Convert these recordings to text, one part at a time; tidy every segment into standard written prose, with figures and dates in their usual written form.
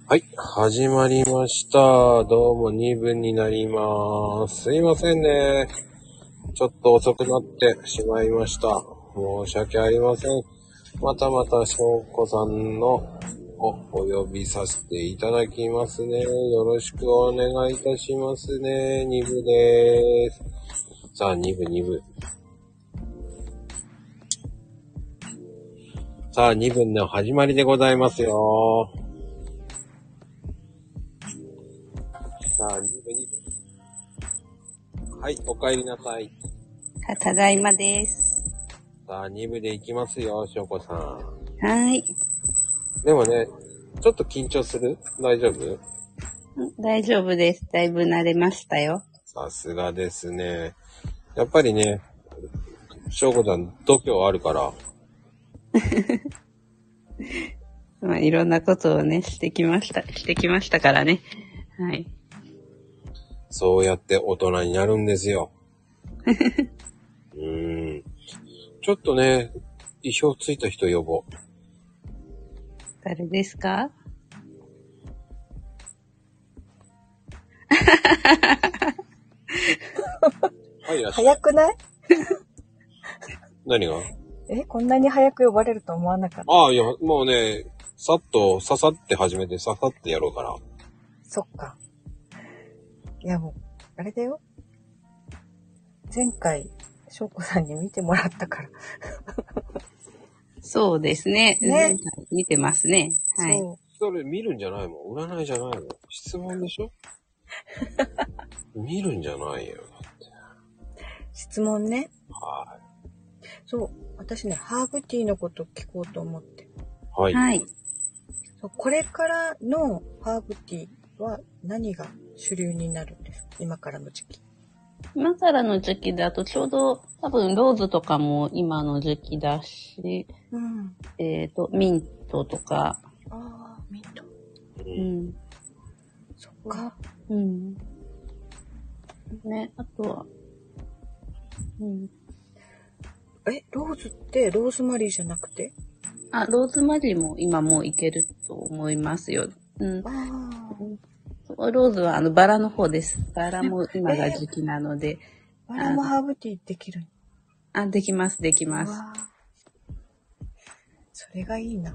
はい、始まりました。どうも2分になります。すいませんね。ちょっと遅くなってしまいました。申し訳ありません。また翔子さんのお呼びさせていただきますね。よろしくお願いいたしますね。2部でーす。さあ、2部。さあ、2分の始まりでございますよ。さあ、2部。はい、お帰りなさい。 ただいまです。 さあ、2部で行きますよ、しょうこさん。 はい。 でもね、ちょっと緊張する？大丈夫？ 大丈夫です。だいぶ慣れましたよ。 さすがですね。やっぱりね、しょうこさん、度胸あるから。 まあ、いろんなことをね、してきましたからね。はい。 そうやって大人になるんですよ。ちょっとね、意表ついた人呼ぼう。 誰ですか？ はい、いらっしゃい。 早くない？ 何が？ こんなに早く呼ばれると思わなかった。 ああ、いや、もうね、ささって始めて、ささってやろうかな。 そっか。いやもう、あれだよ。前回、しょうこさんに見てもらったから。 そうですね。 ね。 見てますね。はい。 それ見るんじゃないもん。占いじゃないの。質問でしょ？見るんじゃないよ。 質問ね。 はい。 そう。私ね、ハーブティーのこと聞こうと思って。 はい。 はい。 そう、これからのハーブティーは何が主流になるんですか？今からの時期。 今からの時期だとちょうど多分ローズとかも今の時期だし、 うん。 ミントとか。 ああ、ミント。 うん。 そっか。 うん。ね、あとは、うん。 ローズってローズマリーじゃなくて？ ローズマリーも今もういけると思いますよ。うん。ローズはバラの方です。バラも今が時期なので。 バラもハーブティーできる？ できます、できます。 それがいいな。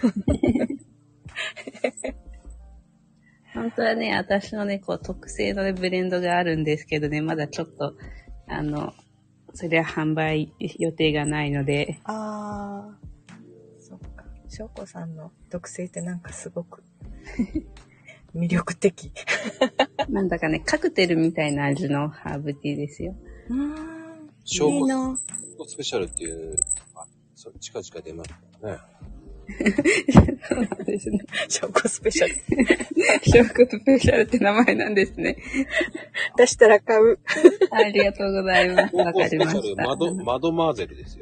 本当はね、私のね、こう、特製の、ね、ブレンドがあるんですけどね、まだちょっと、それは販売予定がないので。 そっか。しょうこさんの特製ってなんかすごく魅力的。 なんだかね、カクテルみたいな味のハーブティーですよ。 いいな。スペシャルっていう、近々出ますからね。 そうなんですね。 ショーコスペシャル。 ショーコスペシャルって名前なんですね。 出したら買う。 ありがとうございます。わかりました。 マドマーゼルですよ。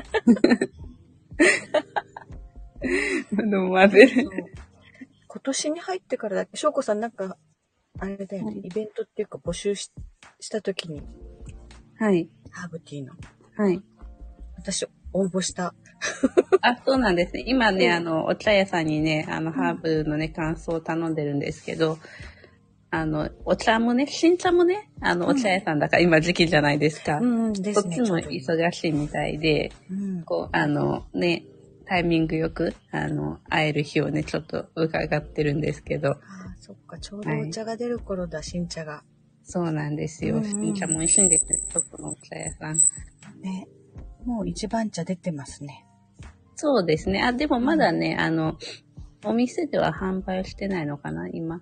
マドマーゼル。 今年に入ってからだっけ、しょうこさんなんか、あれだよね、イベントっていうか募集したときに。 はい。 ハーブティーの。 はい。 私、応募した。 そうなんですね。今ね、お茶屋さんにね、ハーブのね、乾燥を頼んでるんですけど、お茶もね、新茶もね、お茶屋さんだから今時期じゃないですか。 ですね。 そっちも忙しいみたいで、こう、ね、タイミングよく、会える日をね、ちょっと伺ってるんですけど。 そっか、ちょうどお茶が出る頃だ、新茶が。 そうなんですよ。新茶も美味しいんですね、そこのお茶屋さん。 ね。もう一番茶出てますね。 そうですね。でもまだね、お店では販売してないのかな、今。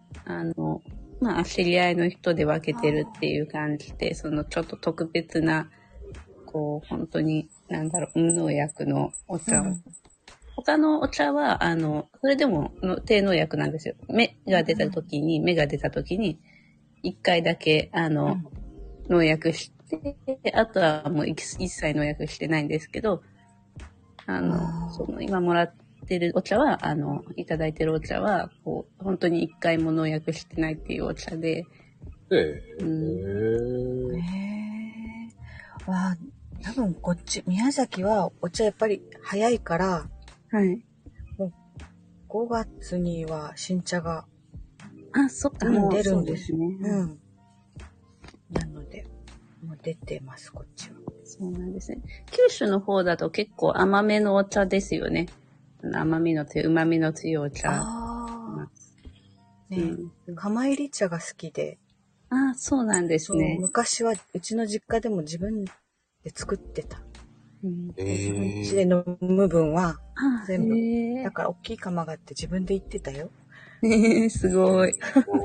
知り合いの人で分けてるっていう感じで、ちょっと特別な、こう、本当に、無農薬のお茶を。他のお茶は、それでも低農薬なんですよ。芽が出た時に、一回だけ、農薬して、あとはもう一切農薬してないんですけど、今もらってるお茶は、いただいてるお茶は、こう、本当に一回も農薬してないっていうお茶で。 多分こっち、宮崎はお茶やっぱり早いから、 はい。 もう 5月には新茶が、 あ、そっか、もう出るんですね。 うん。なので、もう出てます、こっちは。 そうなんですね。九州の方だと結構甘めのお茶ですよね。甘みの強い、旨みの強いお茶。 ああ。ね、釜入り茶が好きで。 ああ、そうなんですね。 昔はうちの実家でも自分で作ってた。 うん、 うちで飲む分は全部。だから大きい釜があって自分で行ってたよ。 すごい。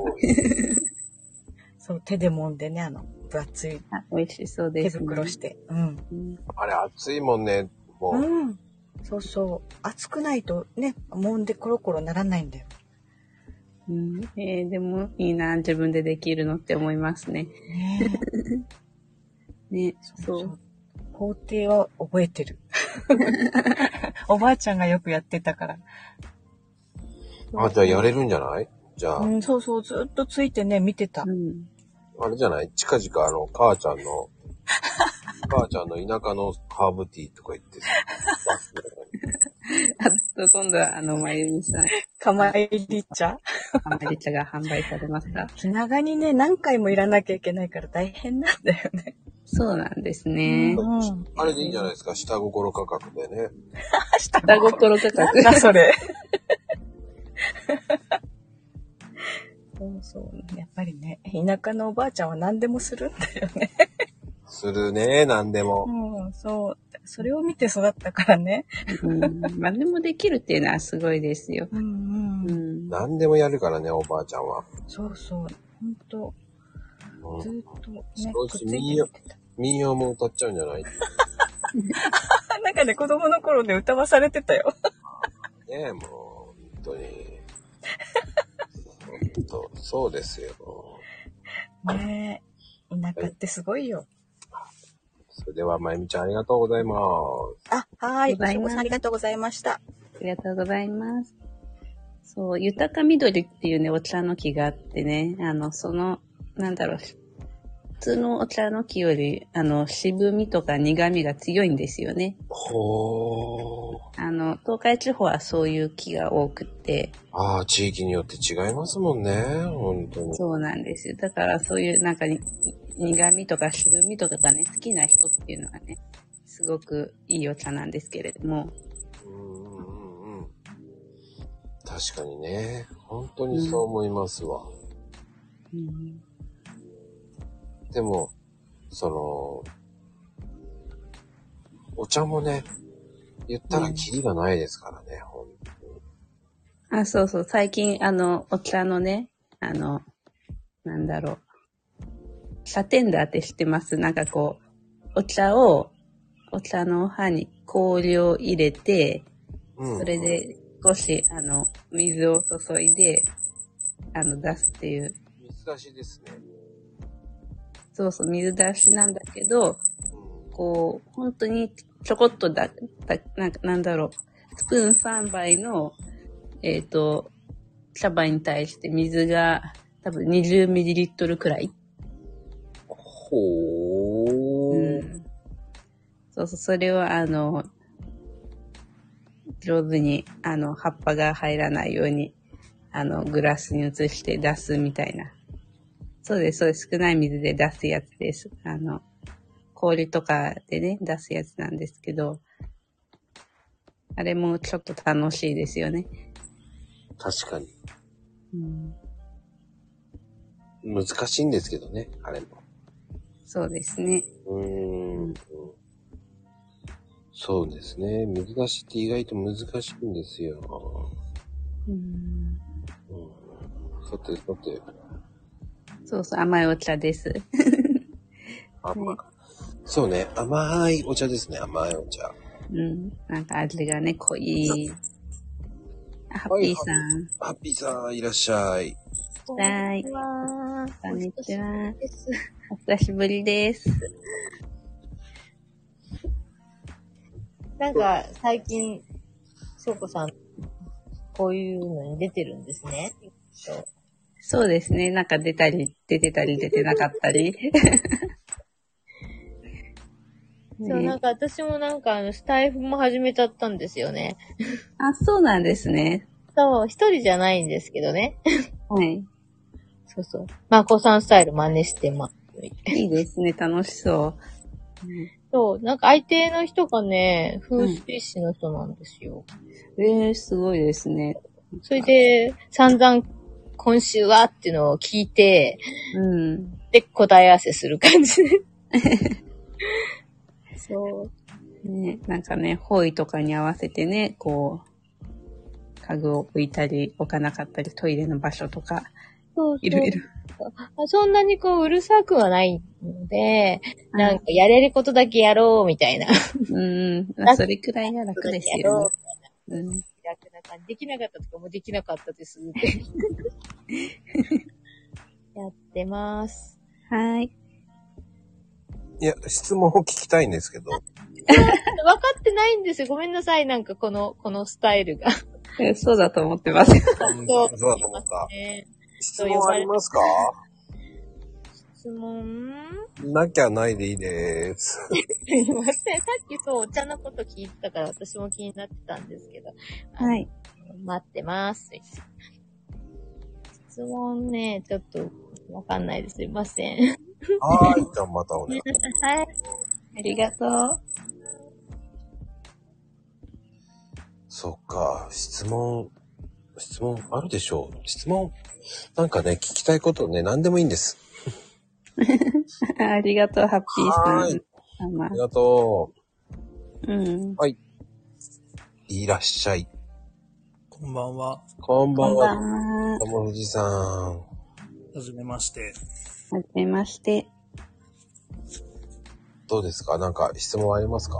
そう、手で揉んでね、分厚い。 美味しそうです、 ね。手袋して。うん。 あれ熱いもんね、もう。 うん。そうそう。熱くないとね、揉んでコロコロならないんだよ。 うん、でもいいな、自分でできるのって思いますね。ね。そう。 工程は覚えてる。おばあちゃんがよくやってたから。 あ、じゃあやれるんじゃない？じゃあ。 うん、そうそう、ずっとついてね、見てた。 あれじゃない？近々母ちゃんの田舎のハーブティーとか言ってさ。 あと今度はまゆみさん。 釜入り茶釜入り茶が販売されました。 気長にね、何回もいらなきゃいけないから大変なんだよね。 そうなんですね。 あれでいいんじゃないですか、下心価格でね。 下心価格。 なんだそれ。そうそう。やっぱりね、田舎のおばあちゃんは何でもするんだよね。 するね、何でも。 そう。それを見て育ったからね。 何でもできるっていうのはすごいですよ。 何でもやるからね、おばあちゃんは。 そうそう。ほんと。ずっとね、 くっついて見てた。民謡も歌っちゃうんじゃない？ なんかね、子供の頃ね、歌わされてたよ。 ねえ、もう、本当に。本当、そうですよ。 ねえ、田舎ってすごいよ。 それでは、まゆみちゃんありがとうございます。 はい。おしょこさんありがとうございました。 ありがとうございます。そう、豊か緑っていうね、お茶の木があってね、普通のお茶の木より、渋みとか苦みが強いんですよね。 ほー。 東海地方はそういう木が多くて。 ああ、地域によって違いますもんね。本当に。 そうなんですよ。だからそういう苦みとか渋みとかがね、好きな人っていうのはね、すごくいいお茶なんですけれども。 確かにね。本当にそう思いますわ。でも、お茶もね、言ったらキリがないですからね、本当に。 そうそう。最近、お茶のね、シャテンダーって知ってます？なんかこう、お茶の葉に氷を入れて、それで少し、水を注いで、出すっていう。 水出しですね。 そうそう、水出しなんだけど、こう、本当にちょこっとスプーン3杯の、茶葉に対して水が多分20ml くらい。 ほー。 そうそう、それを上手に、葉っぱが入らないように、グラスに移して出すみたいな。そうです、少ない水で出すやつです。氷とかでね、出すやつなんですけど、あれもちょっと楽しいですよね。 確かに。難しいんですけどね、あれも。 そうですね。 そうですね。水出しって意外と難しいんですよ。さて。 そうそう、甘いお茶です。 そうね、甘いお茶ですね、甘いお茶。 なんか味がね、濃い。ハッピーさん。 ハッピーさん、いらっしゃい。 はい。こんにちは。お久しぶりです。 なんか、最近、しょうこさん、こういうのに出てるんですね。 そうですね。なんか出てたり出てなかったり。 そう、なんか私もなんかスタイフも始めちゃったんですよね。 そうなんですね。 そう、一人じゃないんですけどね。 はい。 そうそう。まこさんスタイル真似してます。 いいですね。楽しそう。 そう、なんか相手の人がね、風水師の人なんですよ。 すごいですね。 それで、散々今週はっていうのを聞いて、で、答え合わせする感じで。そう。 ね、なんかね、方位とかに合わせてね、こう、家具を置いたり、置かなかったり、トイレの場所とか、 そうそう。 いろいろ。 そんなにこう、うるさくはないので、なんかやれることだけやろうみたいな。 それくらいが楽ですよね。 楽な感じ。できなかったとかもできなかったですって。やってます。 はい。 いや、質問を聞きたいんですけど。 分かってないんですよ。ごめんなさい。なんかこのスタイルが。 そうだと思ってます。 そうだと思った。質問ありますか？ 質問なきゃないでいいです。 すいません。さっきそう、お茶のこと聞いてたから私も気になってたんですけど。 はい。 待ってます。質問ね、ちょっとわかんないです。すいません。 はい。じゃあまたお願いします。 はい。 ありがとう。 そっか。質問あるでしょう。質問、なんかね、聞きたいことね、何でもいいんです。 ありがとう、ハッピーさん。 ありがとう。 はい。いらっしゃい。 こんばんは。 こんばんは。 こんばんは。 友藤さん。 はじめまして。 はじめまして。 どうですか？なんか質問ありますか？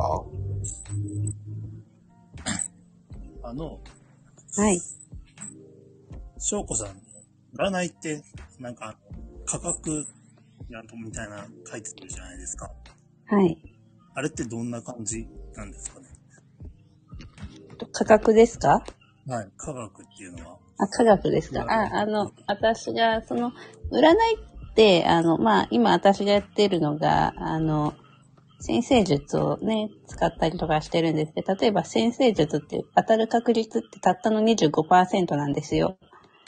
はい。 翔子さん、占いって、なんか、価格なんとみたいな書いてるじゃないですか。 はい。 あれってどんな感じなんですかね？ 価格ですか？ はい。科学っていうのは。 科学ですか？私が、占いって、今私がやってるのが、先生術をね、使ったりとかしてるんですけど、例えば先生術って当たる確率ってたったの 25% なんですよ。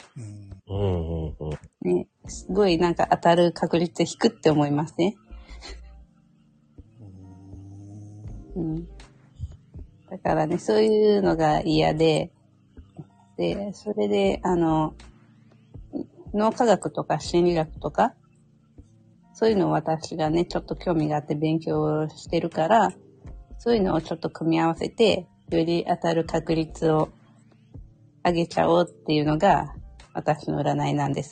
ね、すごいなんか当たる確率低って思いますね。だからね、そういうのが嫌で、それで、脳科学とか心理学とか、そういうのを私がね、ちょっと興味があって勉強してるから、そういうのをちょっと組み合わせて、より当たる確率を上げちゃおうっていうのが、私の占いなんです。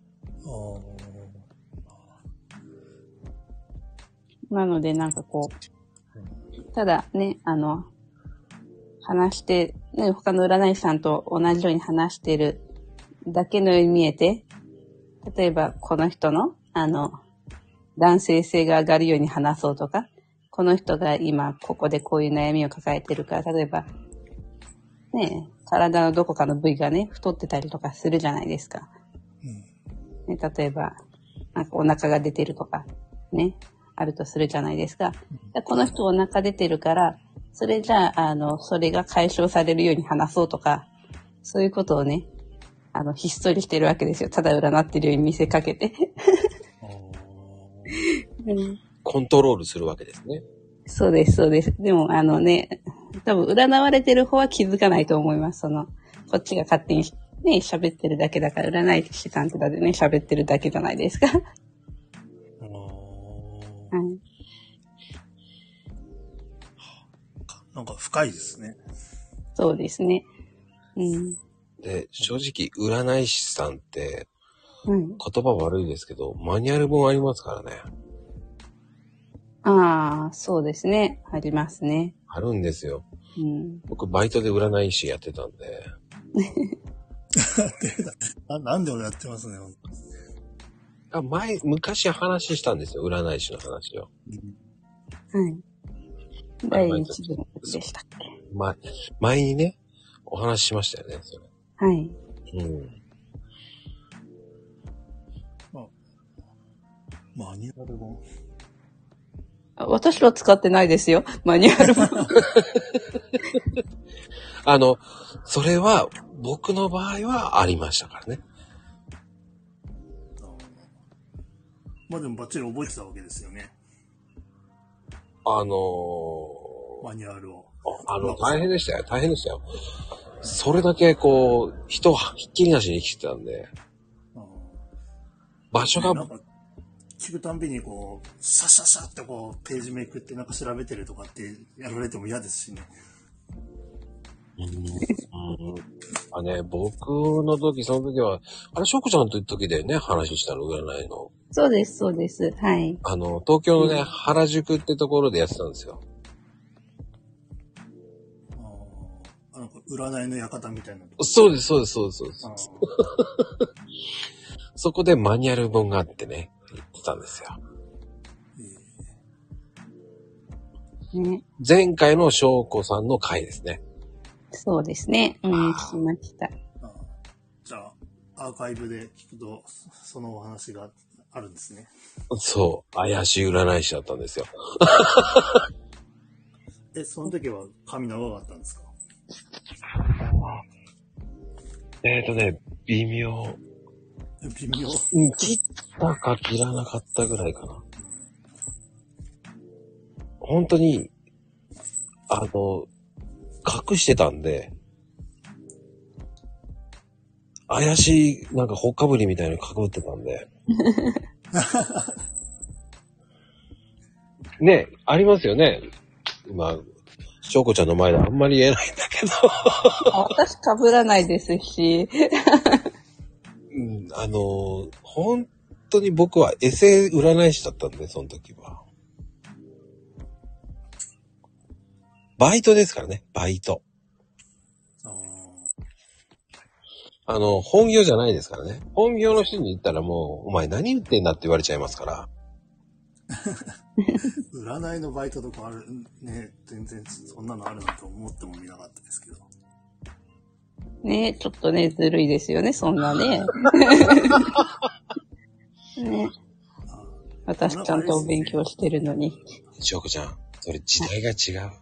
なので、なんかこう、ただね、話して、ね、他の占い師さんと同じように話してるだけのように見えて、例えばこの人の、男性性が上がるように話そうとか、この人が今ここでこういう悩みを抱えてるから、例えば、ね、体のどこかの部位がね、太ってたりとかするじゃないですか。ね、例えば、なんかお腹が出てるとか、ね、あるとするじゃないですか。この人お腹出てるから、それじゃあ、それが解消されるように話そうとか、そういうことをね、ひっそりしてるわけですよ。ただ占ってるように見せかけて。 コントロールするわけですね。 そうです、そうです。でも、多分占われてる方は気づかないと思います。こっちが勝手にね、喋ってるだけだから、占い師さんとかでね、喋ってるだけじゃないですか。はい。 なんか深いですね。 そうですね。 で、正直、占い師さんって、 言葉悪いですけど、マニュアル本ありますからね。 そうですね。ありますね。 あるんですよ。僕、バイトで占い師やってたんで。 なんで俺やってますね。 昔話したんですよ。占い師の話を。 はい。第1部でしたっけ？ 前にね、お話ししましたよね。それ。 はい。 マニュアル本。 私は使ってないですよ。マニュアルも。 それは、僕の場合はありましたからね。 まあでもバッチリ覚えてたわけですよね。マニュアルを。 大変でしたよ。大変でしたよ。それだけ人はひっきりなしに生きてたんで、場所が、 なんか、聞くたんびにシャシャシャってページめくってなんか調べてるとかってやられても嫌ですしね。 僕の時、その時は、しょうこちゃんという時でね、話したの、占いの。 そうです、そうです。はい。 東京のね、原宿ってところでやってたんですよ。 なんか占いの館みたいな。 そうです、そうです、そうです、そうです。そこでマニュアル本があってね、言ってたんですよ。 ね、 前回のしょうこさんの回ですね。 そうですね。聞きました。 じゃあ、アーカイブで聞くと、そのお話があるんですね。 そう、怪しい占い師だったんですよ。 その時は髪長かったんですか？ 微妙。 微妙。 切ったか切らなかったぐらいかな。本当に、隠してたんで、怪しい、なんかほっかぶりみたいなのかぶってたんで。ね、ありますよね。しょうこちゃんの前であんまり言えないんだけど。 私被らないですし。 本当に僕はエセ占い師だったんで、その時は。バイトですからね、バイト。本業じゃないですからね。本業の人に言ったらもう、お前何言ってんだって言われちゃいますから。 占いのバイトとかあるね、全然そんなのあるなと思ってもみなかったですけど。 ね、ちょっとね、ずるいですよね、そんなね。ね、私ちゃんとお勉強してるのに。 しょうこちゃん、それ時代が違う。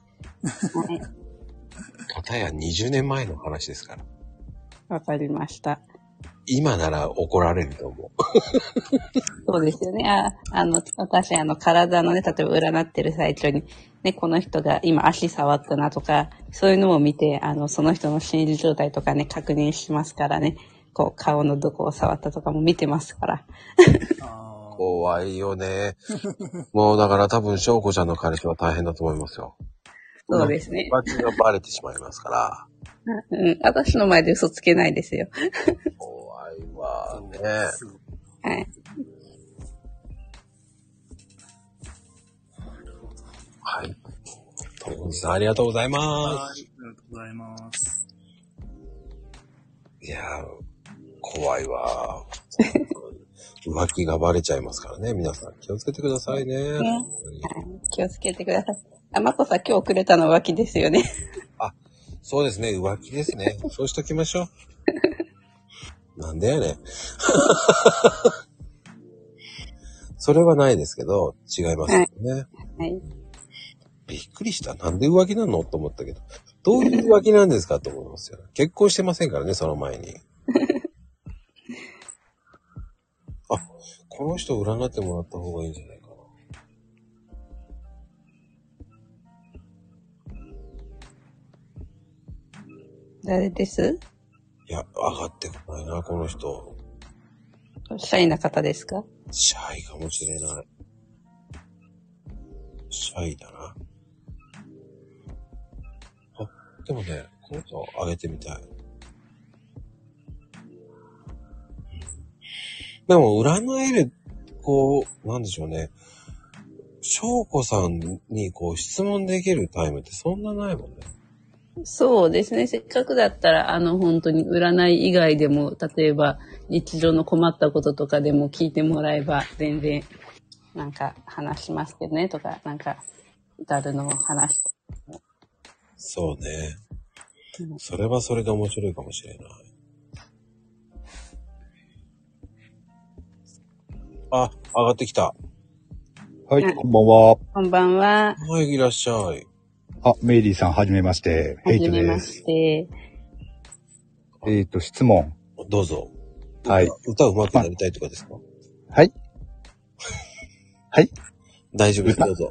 かたや20年前の話ですから。 わかりました。 今なら怒られると思う。 そうですよね。私、体のね、例えば占ってる最中に、ね、この人が今足触ったなとか、そういうのを見て、その人の心理状態とかね、確認しますからね。顔のどこを触ったとかも見てますから。 怖いよね。もうだから多分、しょうこちゃんの彼氏は大変だと思いますよ。 そうですね。 バチがバレてしまいますから。 私の前で嘘つけないですよ。 怖いわね。 はい。 はい。本日ありがとうございます。 はい、ありがとうございます。 いやー、怖いわ。浮気がバレちゃいますからね。皆さん気をつけてくださいね。 気をつけてください。まこさん今日くれたの浮気ですよね。 そうですね。浮気ですね。そうしときましょう。なんでやねん。それはないですけど、違いますよね。 はい。 びっくりした。なんで浮気なのと思ったけど。どういう浮気なんですかと思いますよ。結婚してませんからね、その前に。この人占ってもらった方がいいんじゃないかな。 誰です？ いや、上がってこないな、この人。 シャイな方ですか？ シャイかもしれない。シャイだな。でもね、この人上げてみたい。でも、占える、なんでしょうね。翔子さんに質問できるタイムってそんなないもんね。 そうですね。せっかくだったら、本当に占い以外でも、例えば、日常の困ったこととかでも聞いてもらえば、全然、なんか話しますけどね、とか、なんか、ダルの話とか。 そうね。それはそれで面白いかもしれない。上がってきた。 はい、こんばんは。 こんばんは。 はい、いらっしゃい。 あ、メイリーさん、はじめまして。 はじめまして。 質問。 どうぞ。 はい。 歌うまくなりたいとかですか？ はい。はい。 大丈夫です、どうぞ。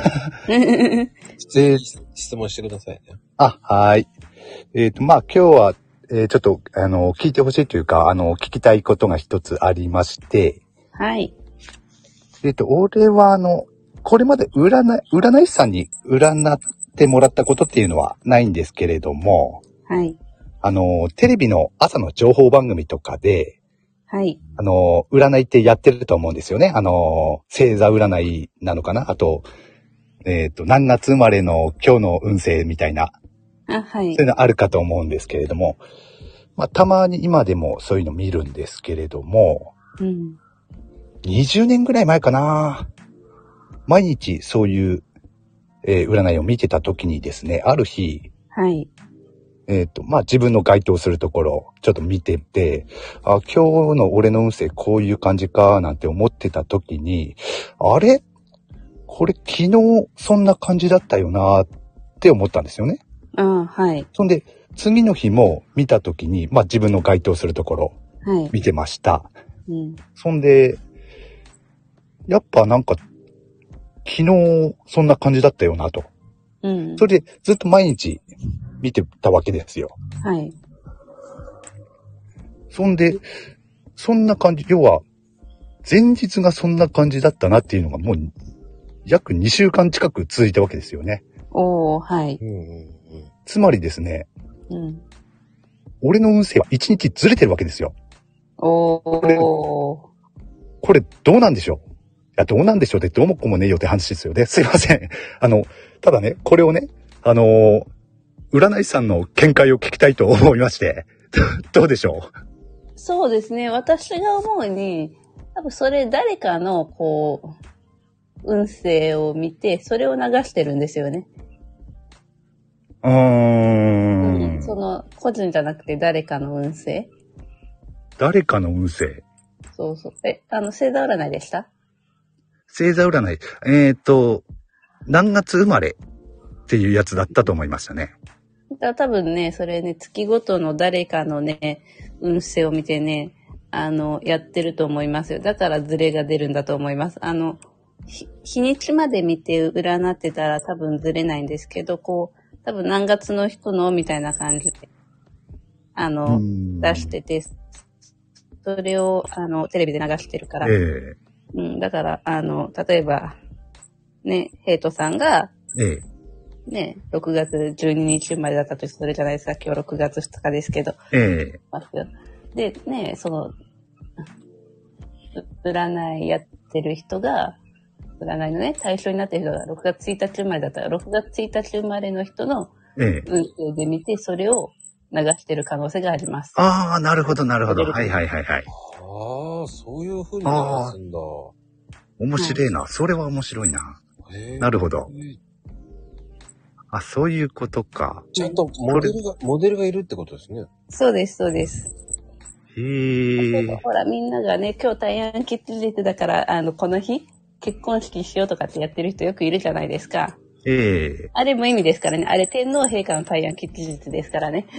質問してくださいね。 あ、はい。まあ、今日は、ちょっと、聞いてほしいというか、聞きたいことが一つありまして。 はい。 俺は、これまで占い師さんに占ってもらったことっていうのはないんですけれども。 はい。 テレビの朝の情報番組とかで、 はい。 占いってやってると思うんですよね。星座占いなのかな？あと、何月生まれの今日の運勢みたいな。 あ、はい。 そういうのあるかと思うんですけれども。まあ、たまに今でもそういうの見るんですけれども。 うん。 20年ぐらい前かな。毎日そういう、占いを見てた時にですね、ある日。 はい。 まあ、自分の該当するところをちょっと見てて、あ、今日の俺の運勢こういう感じかなんて思ってた時に、あれ？これ昨日そんな感じだったよなって思ったんですよね。 はい。 そんで、次の日も見た時に、まあ自分の該当するところ見てました。はい。うん。そんで、やっぱなんか、昨日そんな感じだったよなと。うん。それでずっと毎日見てたわけですよ。 はい。 そんで、そんな感じ、要は、前日がそんな感じだったなっていうのがもう、約2週間近く続いたわけですよね。 はい。 つまりですね、 うん。 俺の運勢は1日ずれてるわけですよ。これどうなんでしょう？いや、どうなんでしょうってどうもこうもねえよって話ですよね。すいません。ただね、これをね、占い師さんの見解を聞きたいと思いまして、どうでしょう？ そうですね。私が思うに、多分それ誰かの、運勢を見て、それを流してるんですよね。その、個人じゃなくて誰かの運勢。 誰かの運勢。 そうそう。星座占いでした？ 星座占い。何月生まれっていうやつだったと思いましたね。 多分ね、それね、月ごとの誰かのね、運勢を見てね、やってると思いますよ。だからズレが出るんだと思います。日にちまで見て占ってたら多分ずれないんですけど、多分何月の人のみたいな感じで、出してて、それを、テレビで流してるから。だから、例えば、ね、ヘイトさんが、ね、6月12日生まれだったとするじゃないですか。今日6月2日ですけど。で、ね、占いやってる人が、占いのね、対象になってる人が6月1日生まれだったら、6月1日生まれの人の運勢で見て、それを流してる可能性があります。 ああ、なるほど、なるほど。はいはいはいはい。 ああ、そういう風に流すんだ。 面白いな。それは面白いな。なるほど。あ、そういうことか。 ちゃんとモデルがいるってことですね。 そうです、そうです。 へえ。 ほら、みんながね、今日大安吉日だから、この日、結婚式しようとかってやってる人よくいるじゃないですか。あれ無意味ですからね。あれ天皇陛下の大安吉日ですからね。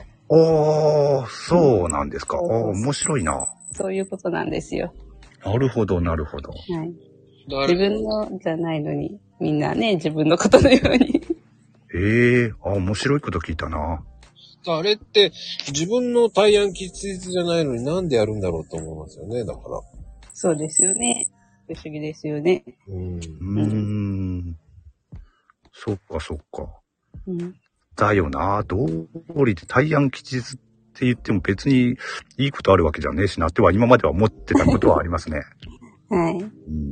そうなんですか。面白いな。 そういうことなんですよ。 なるほど、なるほど。 はい。自分のじゃないのに、みんなね、自分のことのように。 面白いこと聞いたな。 あれって、自分の大安吉日じゃないのになんでやるんだろうと思いますよね、だから。 そうですよね。不思議ですよね。 そっかそっか。だよな。どうりで大安吉日って言っても別にいいことあるわけじゃねえしなっては今までは思ってたことはありますね。 はい。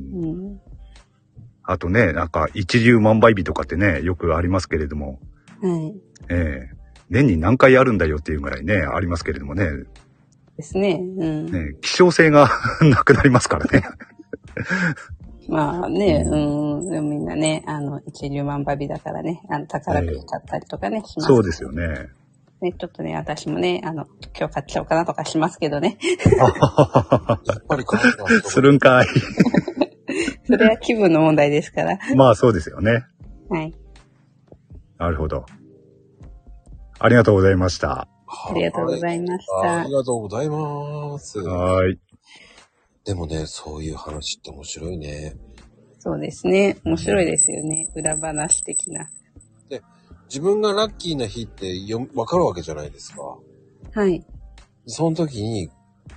あとね、なんか一粒万倍日とかってね、よくありますけれども。年に何回あるんだよっていうぐらいね、ありますけれどもね。 ですね。 希少性がなくなりますからね。 まあね、でもみんなね、一粒万倍日だからね、宝くじ買ったりとかね、します。 そうですよね。 ね、ちょっとね、私もね、今日買っちゃおうかなとかしますけどね。 やっぱり買うか。 するんかい。 それは気分の問題ですから。 まあそうですよね。 はい。 なるほど。ありがとうございました。 ありがとうございました。 ありがとうございます。 はい。 でもね、そういう話って面白いね。 そうですね。面白いですよね。裏話的な。 で、自分がラッキーな日ってわかるわけじゃないですか。 はい。 その時に、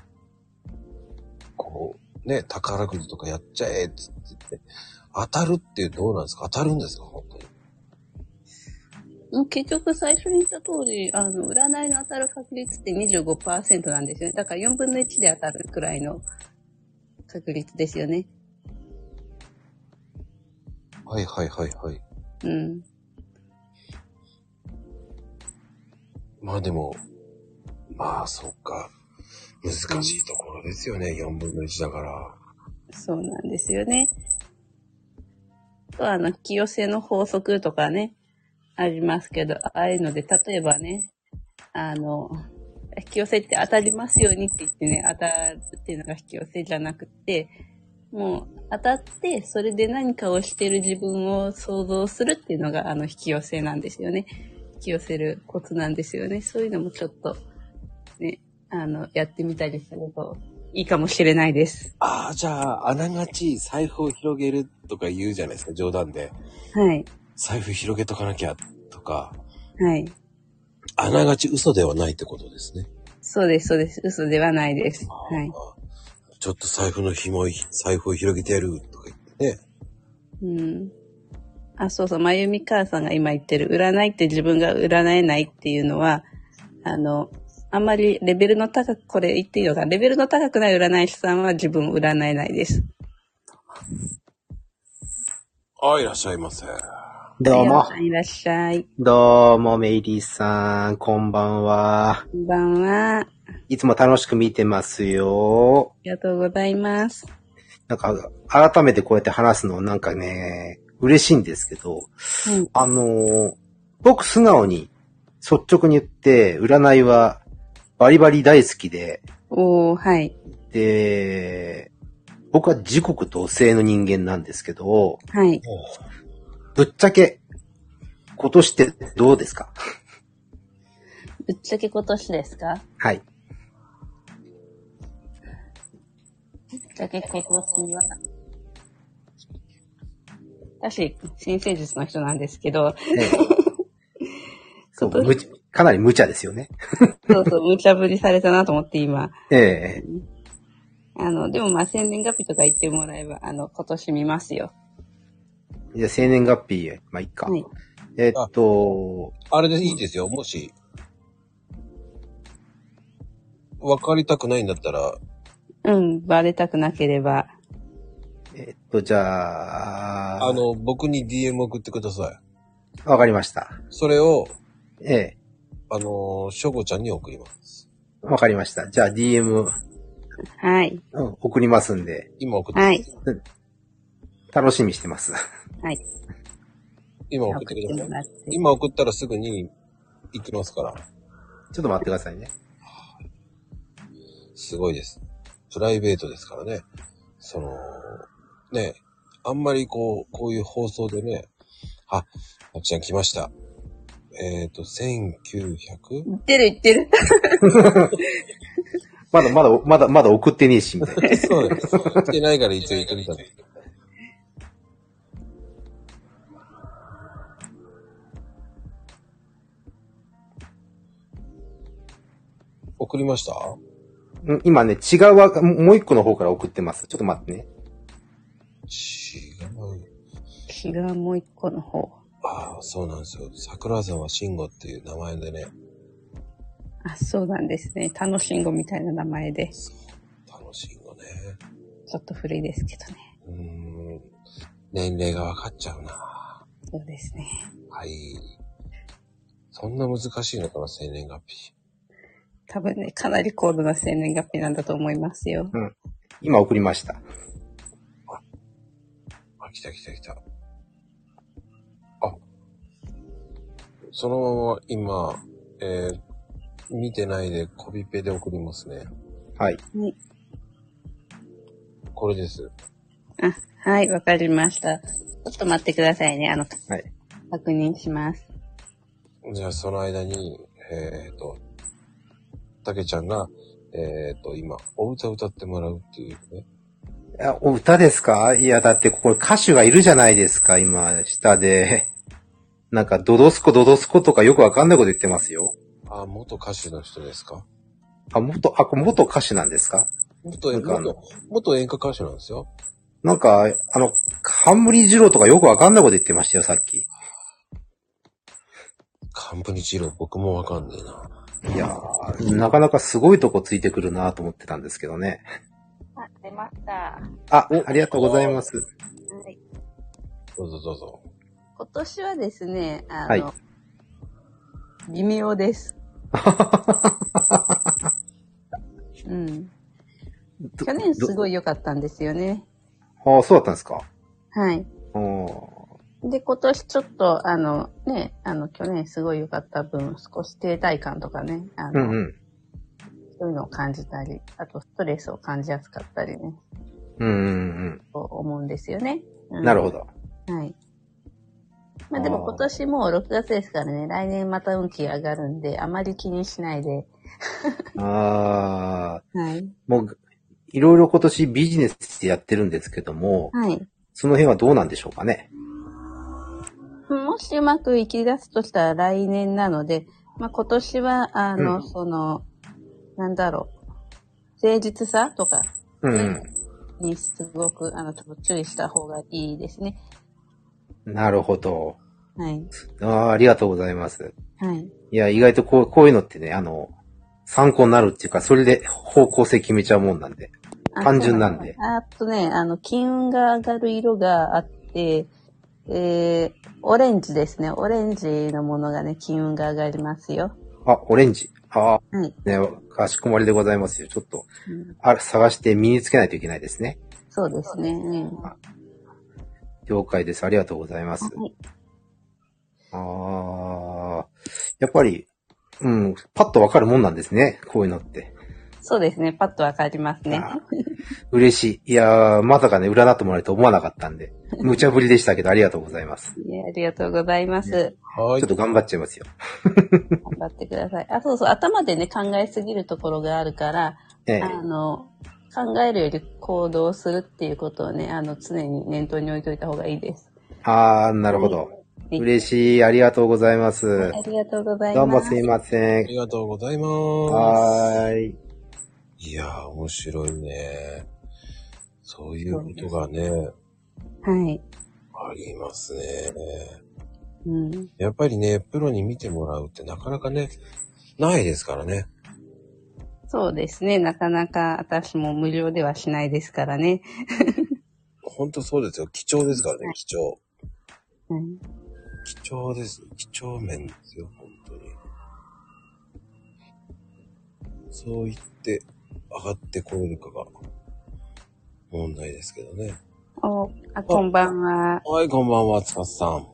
こう、ね、宝くじとかやっちゃえっつって当たるってどうなんですか？当たるんですか？本当に。 結局最初に言った通り、占いの当たる確率って 25% なんですよね。だから4分の1で当たるくらいの確率ですよね。 はいはいはいはい。 うん。 まあでも、まあそっか。難しいところですよね。4分の1だから。 そうなんですよね。と引き寄せの法則とかね、ありますけど、ああいうので、例えばね、引き寄せって当たりますようにって言ってね、当たるっていうのが引き寄せじゃなくて、もう当たって、それで何かをしている自分を想像するっていうのが引き寄せなんですよね。引き寄せるコツなんですよね。そういうのもちょっと、ね、やってみたりするといいかもしれないです。 ああ、じゃあ、あながち財布を広げるとか言うじゃないですか、冗談で。 はい。 財布広げとかなきゃとか。 はい。 あながち嘘ではないってことですね。 そうです、そうです。嘘ではないです。はい。 ちょっと財布を広げてやるとか言ってね。 うん。あ、そうそう、まゆみ母さんが今言ってる、占いって自分が占えないっていうのは、あんまりレベルの高く、これ言っていいのか、レベルの高くない占い師さんは自分を占えないです。 あ、いらっしゃいませ。 どうも。 いらっしゃい。 どうも、メイリーさん、こんばんは。 こんばんは。 いつも楽しく見てますよ。 ありがとうございます。 なんか、改めてこうやって話すのなんかね、嬉しいんですけど、僕素直に率直に言って、占いはバリバリ大好きで、 はい。 で、僕は時刻同性の人間なんですけど、 はい。 ぶっちゃけ、今年ってどうですか？ ぶっちゃけ今年ですか？ はい。 ぶっちゃけ今年は、私、新生術の人なんですけど、 そうかなり無茶ですよね。 そうそう、無茶ぶりされたなと思って今。 ええ。 でもまあ、生年月日とか言ってもらえば、今年見ますよ。 じゃあ、生年月日、まあ、いっか。はい、 あれでいいですよ。もし、分かりたくないんだったら。 うん、バレたくなければ。 じゃあ。 僕に DM 送ってください。わかりました。 それを、 ええ。 しょこちゃんに送ります。 わかりました。じゃあ DM。 はい。 送りますんで。 今送ってください。 はい。楽しみにしてます。 はい。 今送ってください。今送ったらすぐに行きますから。 ちょっと待ってくださいね。 すごいです。プライベートですからね。ね、あんまりこういう放送でね、あっちゃん来ました。1900? 言ってる。 まだ送ってねえし、みたいな。 そうです。送ってないから一応言ってみたんです。送りました？ 今ね、違うもう一個の方から送ってます。ちょっと待ってね。 違うもう一個の方。 ああ、そうなんですよ。桜沢慎吾っていう名前でね。 あ、そうなんですね。楽しんごみたいな名前で。 そう、楽しんごね。 ちょっと古いですけどね。 年齢が分かっちゃうな。 そうですね。 はい。そんな難しいのかな、生年月日。 多分ね、かなり高度な生年月日なんだと思いますよ。 うん。今送りました。 来た。そのまま今、見てないでコピペで送りますね。 はい。 これです。 はい、わかりました。ちょっと待ってくださいね。 はい。 確認します。 じゃあ、その間に、たけちゃんが、今、お歌歌ってもらうっていうね。 お歌ですか？いや、だってここ歌手がいるじゃないですか、今、下で。なんか、ドドスコとかよくわかんないこと言ってますよ。 元歌手の人ですか？ 元歌手なんですか？ 元演歌歌手なんですよ。 なんか、冠二郎とかよくわかんないこと言ってましたよ、さっき。 冠二郎、僕もわかんねえな。 いやー、なかなかすごいとこついてくるなと思ってたんですけどね。 出ました。 ありがとうございます。はい。 どうぞ。 今年はですね、 はい。 微妙です。うん。去年すごい良かったんですよね。 そうだったんですか？ はい。で、今年ちょっと、去年すごい良かった分、少し停滞感とかね、そういうのを感じたり、あとストレスを感じやすかったりね。と思うんですよね。 なるほど。 はい。まあでも今年もう6月ですからね、来年また運気上がるんで、あまり気にしないで。 はい。 もう、 いろいろ今年ビジネスでやってるんですけども、 はい。 その辺はどうなんでしょうかね。 もしうまくいき出すとしたら来年なので、まあ今年は、なんだろう、誠実さとか、にすごく、ちょっと注意した方がいいですね。 なるほど。 はい。 ありがとうございます。 はい。 いや、意外とこういうのってね、参考になるっていうか、それで方向性決めちゃうもんなんで。単純なんで。 金運が上がる色があって、オレンジですね。オレンジのものがね、金運が上がりますよ。 オレンジ。 はい。 ね、かしこまりでございますよ。ちょっと、探して身につけないといけないですね。 そうですね。 了解です。ありがとうございます。 はい、 やっぱり、パッとわかるもんなんですね。こういうのって。 そうですね。パッとわかりますね。 嬉しい。いやー、まさかね、占ってもらえると思わなかったんで。無茶ぶりでしたけど、ありがとうございます。 いや、ありがとうございます。 はい。ちょっと頑張っちゃいますよ。 頑張ってください。そうそう。頭でね、考えすぎるところがあるから、考えるより行動するっていうことをね、常に念頭に置いといた方がいいです。 なるほど。嬉しい。ありがとうございます。 ありがとうございます。 どうもすいません。 ありがとうございます。いやー、面白いね。そういうことがね。 はい。 ありますね。 うん。 やっぱりね、プロに見てもらうってなかなかね、ないですからね。 そうですね。なかなか私も無料ではしないですからね。 ほんとそうですよ。貴重ですからね、貴重。貴重です。貴重面ですよ、本当に。そう言って上がってこれるかが問題ですけどね。 こんばんは。 はい、こんばんは、つかさん。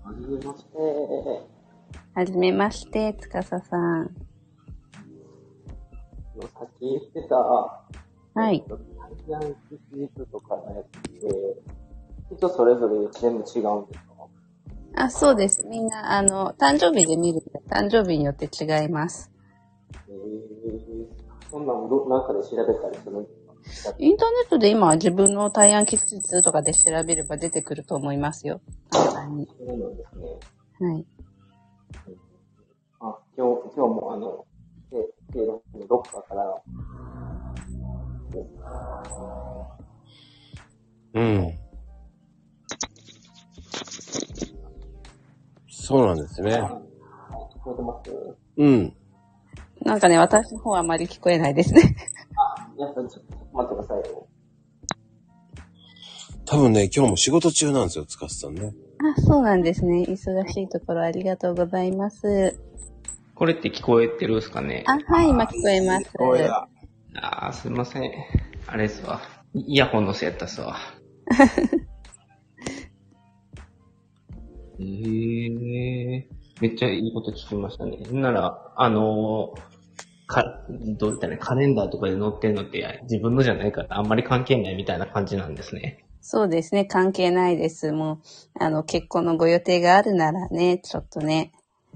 はじめまして、つかささん。 さっき言ってた、 はい。 ヤンキーとかのやつで、人それぞれ全部違うんですか？ そうです。みんな、誕生日で見ると、誕生日によって違います。 そんなのなんかで調べたりするんですか？ インターネットで今自分の大安吉日とかで調べれば出てくると思いますよ。簡単に。 そうなんですね。 はい。 今日もどっかから、 そうなんですね。 聞こえてます？ なんかね、私の方はあまり聞こえないですね。 やっぱりちょっと待ってくださいよ。 多分ね、今日も仕事中なんですよ、つかさんね。 そうなんですね。忙しいところありがとうございます。 これって聞こえてるんですかね？ はい、今聞こえます。 聞こえた。 すいません。あれですわ。イヤホンのせいやったっすわ。めっちゃいいこと聞きましたね。なら、どう言ったらカレンダーとかで載ってるのって自分のじゃないからあんまり関係ないみたいな感じなんですね。 そうですね。関係ないです。もう、結婚のご予定があるならね、ちょっとね、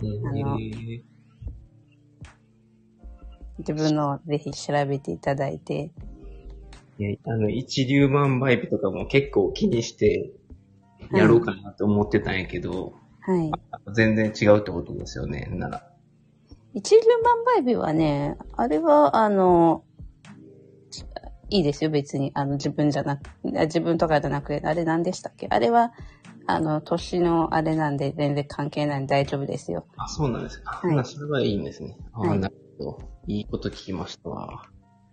自分のぜひ調べていただいて。 一粒万倍日とかも結構気にしてやろうかなと思ってたんやけど、 はい。 全然違うってことですよね、なら。 一粒万倍日はね、あれは、いいですよ、別に。自分とかじゃなくて、あれ何でしたっけ？あれは、年のあれなんで全然関係ないんで大丈夫ですよ。 あ、そうなんですか。 はい。 それはいいんですね。 はい、 なるほど。いいこと聞きましたわ。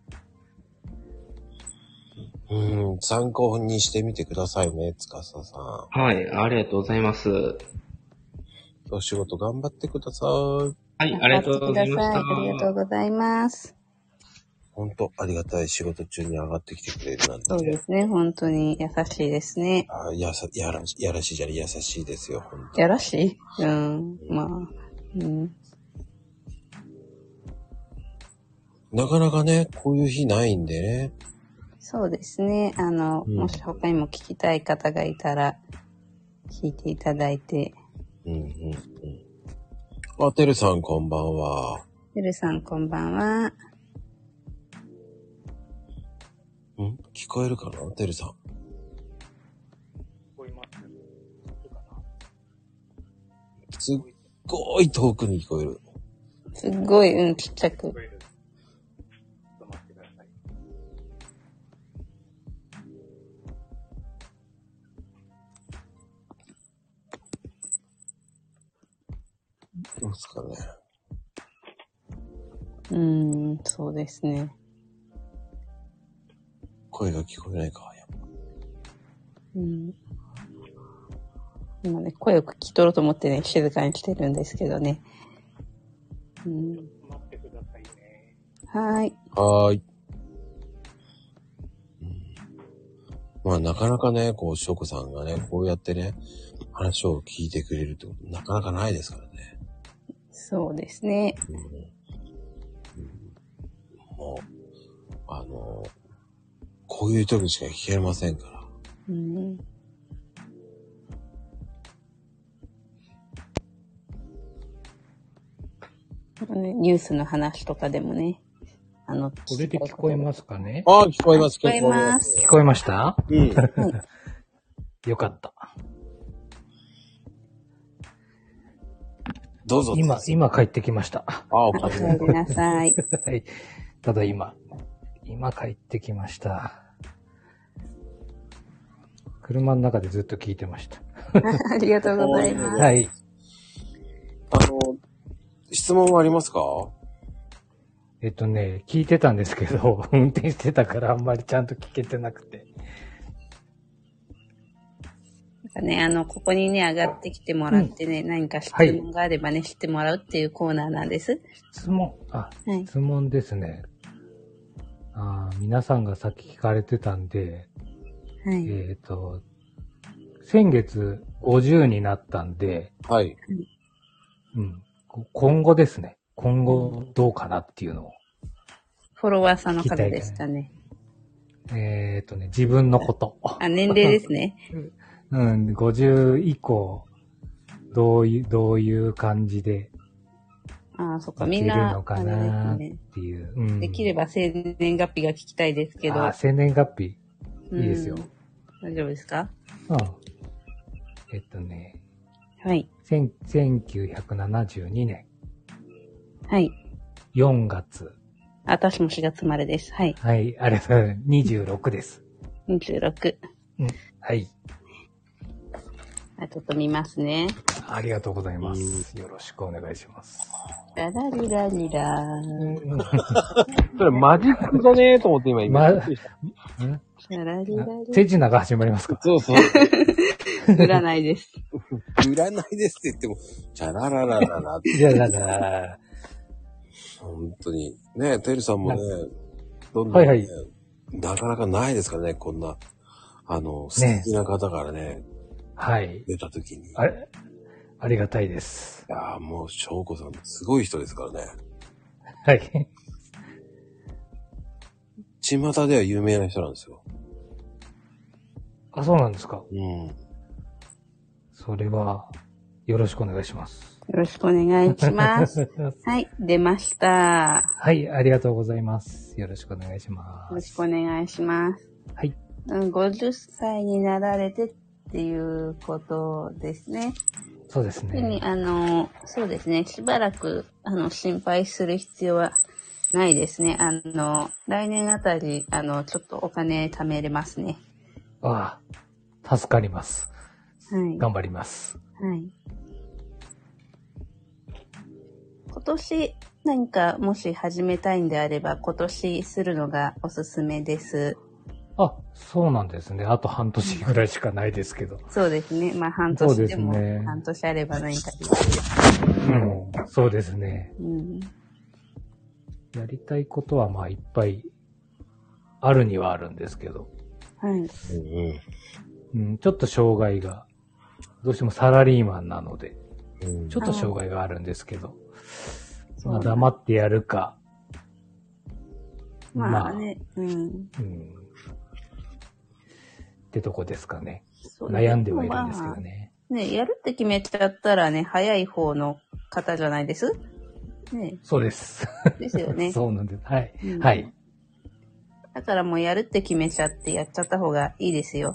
参考にしてみてくださいね、つかささん。 はい、ありがとうございます。 お仕事頑張ってください。 はい、ありがとうございました。 ありがとうございます。 本当ありがたい、仕事中に上がってきてくれるなんて。 そうですね、本当に優しいですね。 やらしいじゃない、優しいですよ、本当。 やらしい？まあ、 なかなかね、こういう日ないんでね。 そうですね。もし他にも聞きたい方がいたら、聞いていただいて。 てるさんこんばんは。 てるさんこんばんは。 聞こえるかな、てるさん。聞こえます。 すっごい遠くに聞こえる。 すっごい、ちっちゃく。 どうですかね。 そうですね。 声が聞こえないか、やっぱ。 今ね、声を聞き取ろうと思ってね、静かにしてるんですけどね。 待ってくださいね。 はーい。 はーい。まあなかなかね、こう、しょうこさんがね、こうやってね、話を聞いてくれるってこと、なかなかないですからね。 そうですね。 もう、こういう時しか聞けませんから。 ニュースの話とかでもね。 これで聞こえますかね？ 聞こえます、 聞こえます。 聞こえました？よかった。 どうぞ。 今帰ってきました。 お帰りなさい。 はい。ただ今帰ってきました。車の中でずっと聞いてました。 ありがとうございます。 はい。 質問はありますか？ 聞いてたんですけど、運転してたからあんまりちゃんと聞けてなくて。 ここにね、上がってきてもらってね、何か質問があればね、知ってもらうっていうコーナーなんです。 質問ですね。皆さんがさっき聞かれてたんで、先月50になったんで、今後ですね。今後どうかなっていうのを。 フォロワーさんの方ですかね。 自分のこと。 年齢ですね。 50以降、どういう感じで。 そっか、みんな、 のかなっていう、 できれば生年月日が聞きたいですけど。 生年月日。いいですよ。 大丈夫ですか？ はい。1972年。 はい。 4月。 私も4月生まれです。はい。 はい、ありがとうございます。26です。 26。 はい。 ちょっと見ますね。 ありがとうございます。よろしくお願いします。 ララリラリラー。 それマジックじゃねえと思って今。 ララリラリ。 手品が始まりますか？ そうそう。 占いです。 占いですって言っても、チャラララララって。 いやだから、 本当に。ね、てるさんもね、どんどんね、なかなかないですからね、こんな、素敵な方からね、出た時に。 ありがたいです。 いやもう、翔子さん、すごい人ですからね。 はい。 巷では有名な人なんですよ。 あ、そうなんですか。 うん。 それは、よろしくお願いします。 よろしくお願いします。はい、出ました。 はい、ありがとうございます。よろしくお願いします。 よろしくお願いします。 はい。 50歳になられてっていうことですね。 そうですね。 そうですね。しばらく、心配する必要はないですね。来年あたり、ちょっとお金貯めれますね。 ああ、助かります。 はい。 頑張ります。 はい。今年何かもし始めたいんであれば、今年するのがおすすめです。 あ、そうなんですね。あと半年ぐらいしかないですけど。 そうですね。まあ半年でも、半年あれば何かできる。 うん、そうですね。 うん。 やりたいことはまあいっぱいあるにはあるんですけど。 はい。 うん、ちょっと障害が、どうしてもサラリーマンなので、ちょっと障害があるんですけど、まあ黙ってやるか。 まあね、 ってとこですかね。悩んではいるんですけどね。 ね、やるって決めちゃったらね、早い方の方じゃないです？ね。 そうです。 ですよね。 そうなんです。はい。はい。 だからもうやるって決めちゃってやっちゃった方がいいですよ。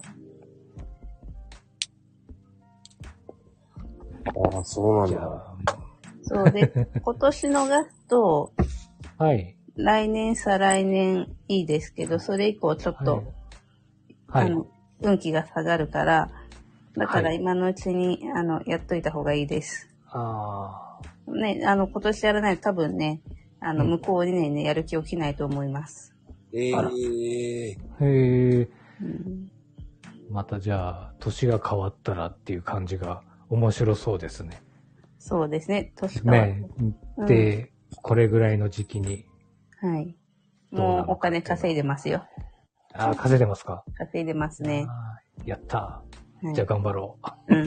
ああ、そうなんだ。 そうで、今年のガスト、 はい。 来年、再来年いいですけど、それ以降ちょっと、 はい。 運気が下がるから、だから今のうちに、やっといた方がいいです。 ああ。 ね、今年やらないと多分ね、向こう2年ね、やる気起きないと思います。 へえ。またじゃあ、年が変わったらっていう感じが面白そうですね。 そうですね、年変わったね。で、これぐらいの時期に。 はい。もうお金稼いでますよ。 ああ、稼いでますか？ 稼いでますね。 やったー。じゃあ頑張ろ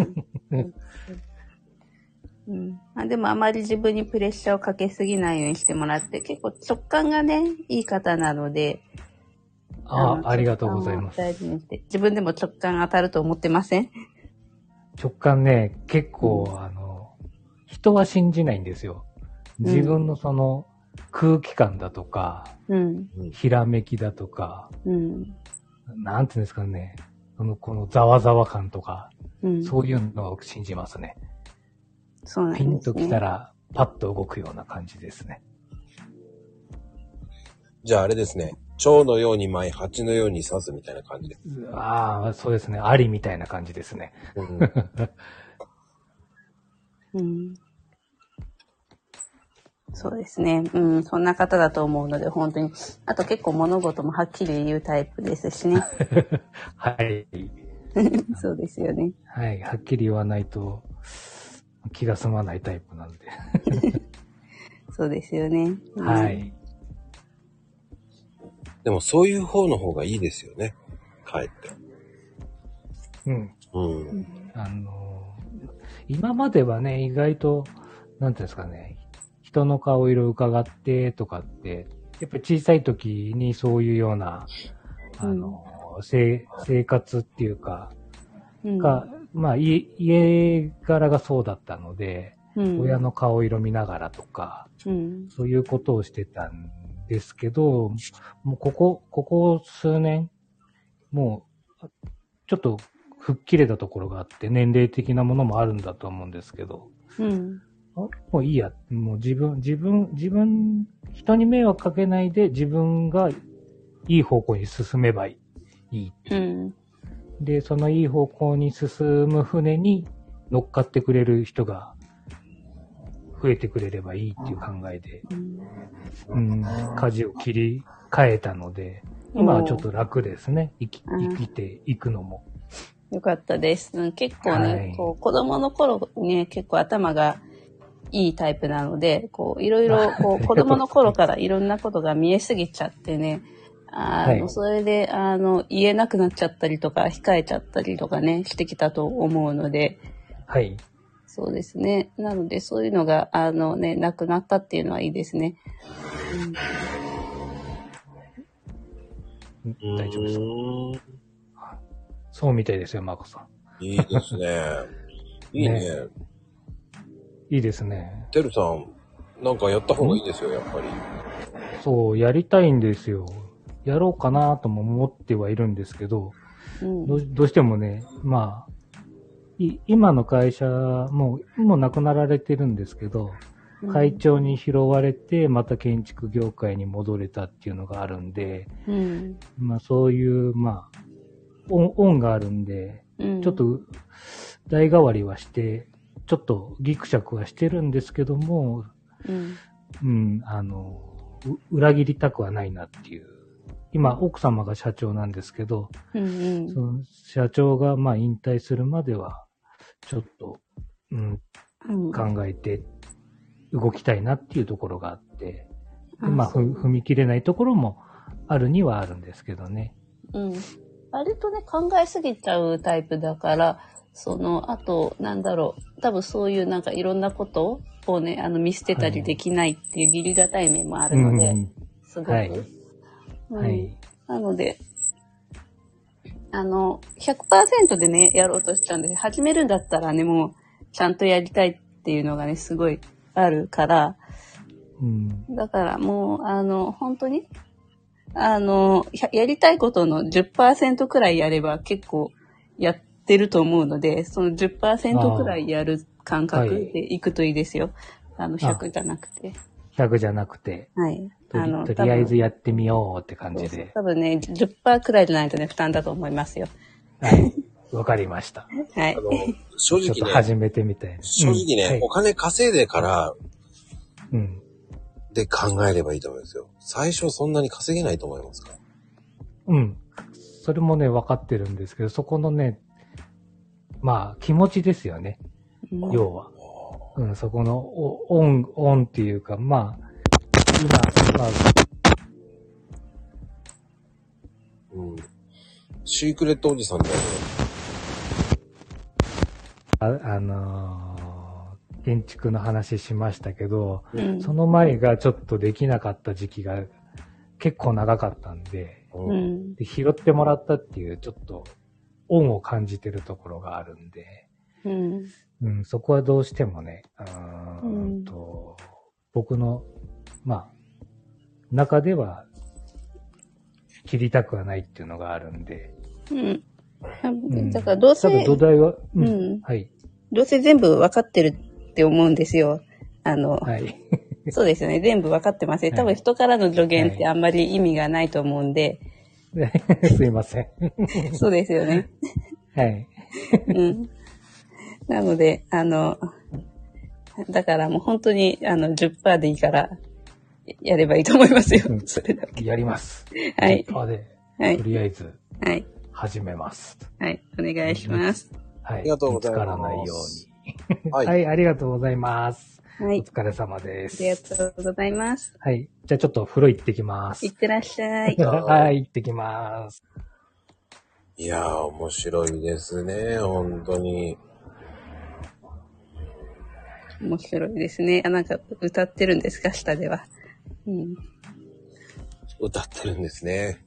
う。でもあまり自分にプレッシャーをかけすぎないようにしてもらって、結構直感がね、いい方なので。 ありがとうございます。 大事にして。自分でも直感当たると思ってません？ 直感ね、結構、人は信じないんですよ。自分のその空気感だとか、ひらめきだとか、なんていうんですかね、このざわざわ感とか、そういうのを信じますね。 そうなんですね。 ピンときたら、パッと動くような感じですね。 じゃああれですね。蝶のように舞い、蜂のように刺すみたいな感じです。 ああ、そうですね。ありみたいな感じですね。 そうですね。そんな方だと思うので、本当に。あと結構物事もはっきり言うタイプですしね。 はい。 そうですよね。 はい。はっきり言わないと気が済まないタイプなんで。 そうですよね。 はい。 でもそういう方の方がいいですよね。かえって。 今まではね、意外と、なんていうんですかね、人の顔色を伺ってとかって、やっぱり小さい時にそういうような、生活っていうか、まあ家柄がそうだったので、親の顔色見ながらとか、そういうことをしてたんですけど、もうここ数年、もう、ちょっと吹っ切れたところがあって、年齢的なものもあるんだと思うんですけど、もういいや。もう自分、人に迷惑かけないで自分がいい方向に進めばいい。で、そのいい方向に進む船に乗っかってくれる人が増えてくれればいいっていう考えで、舵を切り替えたので、今はちょっと楽ですね。生きていくのも。 よかったです。結構ね、子供の頃ね、結構頭がいいタイプなので、いろいろ、子供の頃からいろんなことが見えすぎちゃってね、それで、言えなくなっちゃったりとか、控えちゃったりとかね、してきたと思うので、 はい。 そうですね。なので、そういうのが、なくなったっていうのはいいですね。 大丈夫ですか？ そうみたいですよ、マコさん。いいですね。いいね。 いいですね。 てるさん、なんかやった方がいいですよ、やっぱり。 そう、やりたいんですよ。やろうかなとも思ってはいるんですけど、どうしてもね、まあ、今の会社もう亡くなられてるんですけど、会長に拾われて、また建築業界に戻れたっていうのがあるんで、まあそういう、まあ、恩があるんで、ちょっと代替わりはして、ちょっとギクシャクはしてるんですけども、裏切りたくはないなっていう。今、奥様が社長なんですけど、その社長がまあ引退するまでは、ちょっと、考えて動きたいなっていうところがあって、まあ踏み切れないところもあるにはあるんですけどね。 割とね、考えすぎちゃうタイプだから、あと、多分そういうなんかいろんなことをね、見捨てたりできないっていう義理がたい面もあるので、すごく。なので、100% でね、やろうとしちゃうんで、始めるんだったらね、もう、ちゃんとやりたいっていうのがね、すごいあるから、だからもう、本当に、やりたいことの 10% くらいやれば結構やってると思うので、その 10% くらいやる感覚でいくといいですよ。100じゃなくて。 100じゃなくて。 はい。 とりあえずやってみようって感じで。 多分ね、10% くらいじゃないとね、負担だと思いますよ。 はい。わかりました。 はい。 正直ね。ちょっと始めてみて。 正直ね、お金稼いでから、で考えればいいと思うんですよ。最初そんなに稼げないと思いますか？ それもね、分かってるんですけど、そこのね、まあ、気持ちですよね。要は。そこの、オンっていうか、まあ、 シークレットおじさんだよね。建築の話しましたけど、その前がちょっとできなかった時期が結構長かったんで、で拾ってもらったっていうちょっと恩を感じてるところがあるんで、そこはどうしてもね、僕の、まあ、中では切りたくはないっていうのがあるんで。 だからどうせ、 土台は、 はい。どうせ全部分かってるって思うんですよ。 はい。 そうですよね。全部分かってますね。多分人からの助言ってあんまり意味がないと思うんで。 すいません。 そうですよね。 はい。 なので、だからもう本当に10% でいいからやればいいと思いますよ。それだけ。 やります。 はい。 10% で、とりあえず、始めます。 はい。お願いします。 はい。 ありがとうございます。 見つからないように。はい、ありがとうございます。はい。お疲れ様です。 ありがとうございます。 はい。じゃあちょっと風呂行ってきます。 行ってらっしゃい。 はい、行ってきます。 いやー、面白いですね、本当に。 面白いですね。なんか歌ってるんですか、下では。 歌ってるんですね。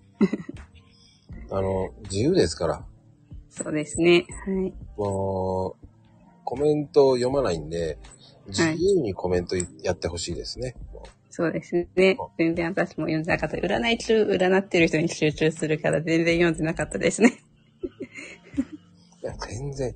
自由ですから。 そうですね。はい。 もう、コメントを読まないんで、自由にコメントやってほしいですね。 そうですね。全然私も読んでなかった。占ってる人に集中するから全然読んでなかったですね。 いや、全然、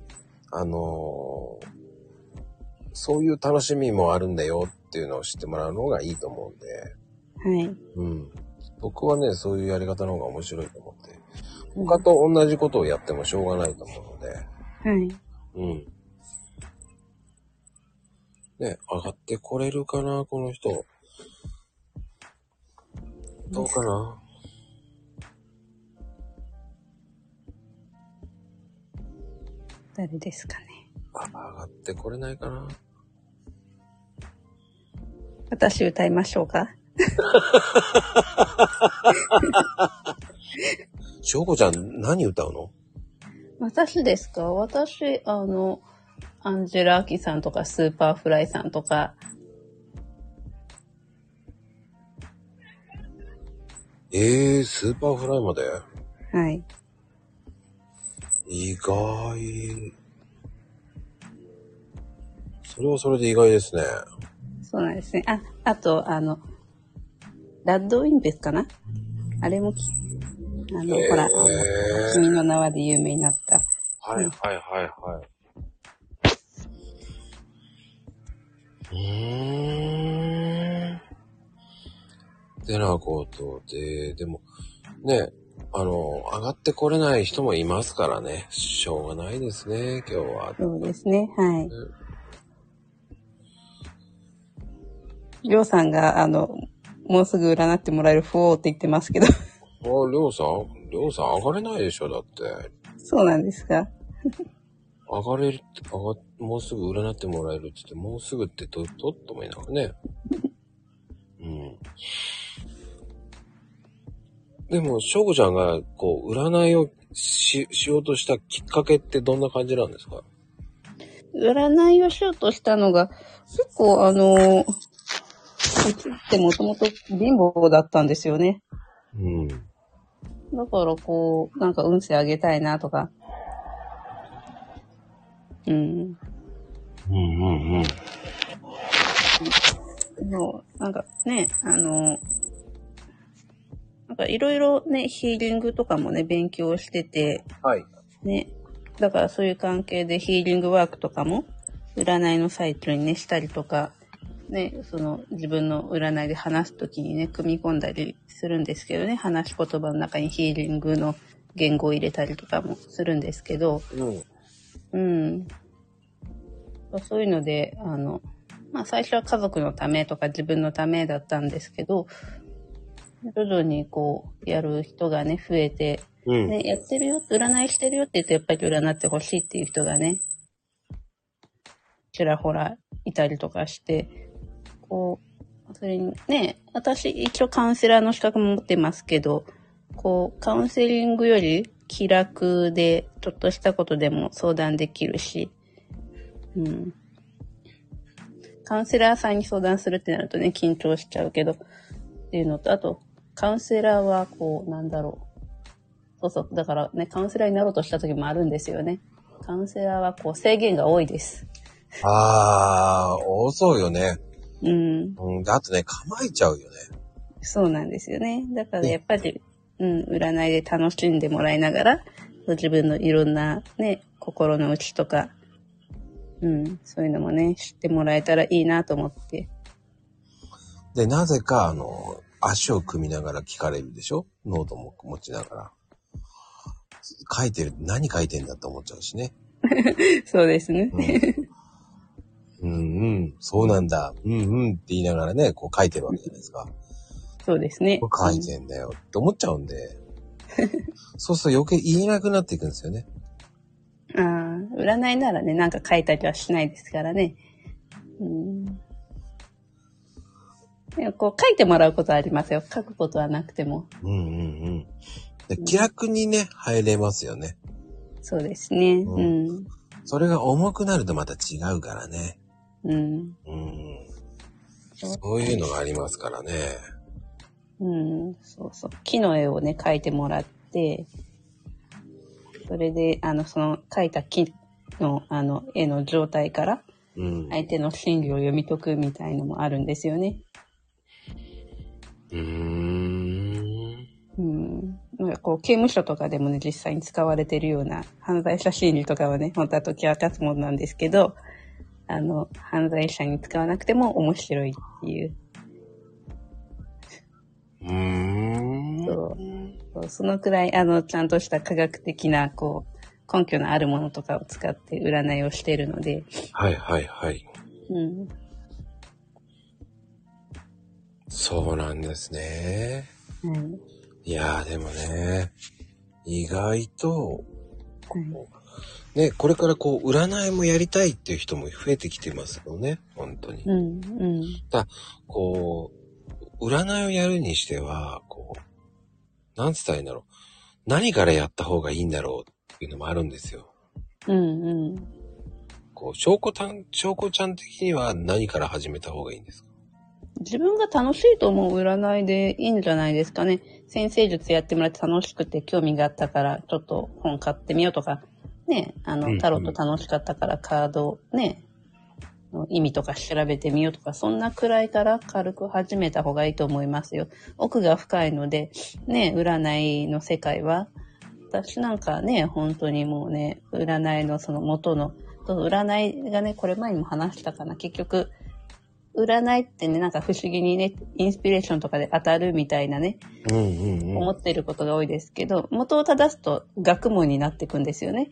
そういう楽しみもあるんだよっていうのを知ってもらうのがいいと思うんで。 はい。 僕はね、そういうやり方の方が面白いと思って。他と同じことをやってもしょうがないと思うので。 はい。 ね、上がってこれるかな、この人。どうかな。 誰ですかね。 上がってこれないかな。 私歌いましょうか。 しょうこちゃん何歌うの？ 私ですか？私、アンジェラ・アキさんとかスーパーフライさんとか。 スーパーフライまで？ はい。 意外。それはそれで意外ですね。 そうなんですね。あと、ラッドウィンペスかなあれもほら、君の名はで有名になった。 はいはいはいはい。てなことで、でも、ね、上がってこれない人もいますからね。しょうがないですね、今日は。 そうですね、はい。りょうさんが、もうすぐ占ってもらえるフォーって言ってますけど。 りょうさん上がれないでしょ、だって。 そうなんですか。 もうすぐ占ってもらえるって言って、もうすぐってと思いながらね。うん。でも、しょうこちゃんが、占いをしようとしたきっかけってどんな感じなんですか？ 占いをしようとしたのが、結構うちってもともと貧乏だったんですよね。 うん。 だからなんか運勢上げたいなとか。うん。なんかね、なんかいろいろね、ヒーリングとかもね、勉強してて。 はい。 ね。だからそういう関係でヒーリングワークとかも、占いのサイトにね、したりとか、ね、自分の占いで話すときにね、組み込んだりするんですけどね、話し言葉の中にヒーリングの言語を入れたりとかもするんですけど、そういうので、最初は家族のためとか自分のためだったんですけど、徐々にやる人がね、増えて、ね、やってるよ、占いしてるよって言って、やっぱり占ってほしいっていう人がね、ちらほらいたりとかして、それにね、私一応カウンセラーの資格も持ってますけど、カウンセリングより気楽で、ちょっとしたことでも相談できるし、カウンセラーさんに相談するってなるとね、緊張しちゃうけど、っていうのと、あと、カウンセラーはそう、だからね、カウンセラーになろうとした時もあるんですよね。カウンセラーは制限が多いです。 多そうよね。あとね、構えちゃうよね。 そうなんですよね。だからやっぱり、占いで楽しんでもらいながら、自分のいろんなね、心の内とか、そういうのもね、知ってもらえたらいいなと思って。 で、なぜか、足を組みながら聞かれるでしょ？ノートも持ちながら。何書いてんだと思っちゃうしね。 そうですね。 そうなんだ。って言いながらね、書いてるわけじゃないですか。 そうですね。 書いてんだよって思っちゃうんで。そうすると余計言えなくなっていくんですよね。 占いならね、なんか書いたりはしないですからね。でも書いてもらうことはありますよ。書くことはなくても。 で気楽にね、入れますよね。 そうですね。 それが重くなるとまた違うからね。そういうのがありますからね。 そうそう。木の絵をね、描いてもらって、それで、描いた木の、絵の状態から、相手の心理を読み解くみたいのもあるんですよね。刑務所とかでもね、実際に使われているような犯罪者心理とかはね、本当は解き明かすものなんですけど、犯罪者に使わなくても面白いっていう。そのくらい、ちゃんとした科学的な、根拠のあるものとかを使って占いをしているので。 はいはいはい。そうなんですね。いやーでもね、意外と、ね、これから占いもやりたいっていう人も増えてきてますよね、本当に。占いをやるにしては、なんつったらいいんだろう。何からやった方がいいんだろうっていうのもあるんですよ。翔子ちゃん的には何から始めた方がいいんですか？ 自分が楽しいと思う占いでいいんじゃないですかね。先生術やってもらって楽しくて興味があったから、ちょっと本買ってみようとか、 ね、タロット楽しかったからカードね、意味とか調べてみようとか、そんなくらいから軽く始めた方がいいと思いますよ。奥が深いので、ね、占いの世界は、私なんかね、本当にもうね、占いのその元の、占いがね、これ前にも話したかな、結局、占いってね、なんか不思議にね、インスピレーションとかで当たるみたいなね、思ってることが多いですけど、元を正すと学問になっていくんですよね。